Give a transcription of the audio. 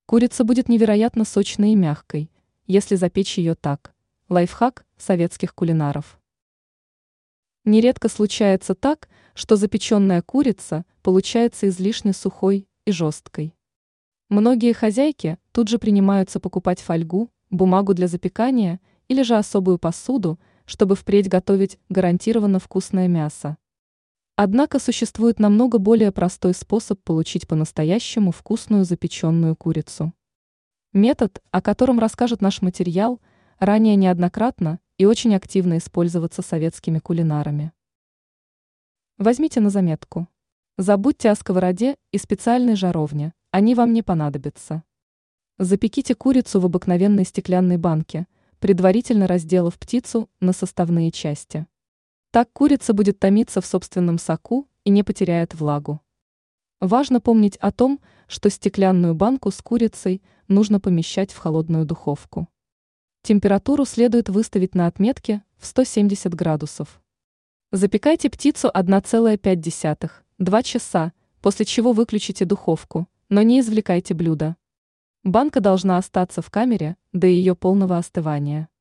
Курица будет невероятно сочной и мягкой, если запечь ее так. Лайфхак советских кулинаров. Нередко случается так, что запеченная курица получается излишне сухой и жесткой. Многие хозяйки тут же принимаются покупать фольгу, бумагу для запекания или же особую посуду, чтобы впредь готовить гарантированно вкусное мясо. Однако существует намного более простой способ получить по-настоящему вкусную запеченную курицу. Метод, о котором расскажет наш материал, ранее неоднократно и очень активно использоваться советскими кулинарами. Возьмите на заметку. Забудьте о сковороде и специальной жаровне, они вам не понадобятся. Запеките курицу в обыкновенной стеклянной банке, предварительно разделав птицу на составные части. Так курица будет томиться в собственном соку и не потеряет влагу. Важно помнить о том, что стеклянную банку с курицей нужно помещать в холодную духовку. Температуру следует выставить на отметке в 170 градусов. Запекайте птицу 1,5–2 часа, после чего выключите духовку, но не извлекайте блюдо. Банка должна остаться в камере до ее полного остывания.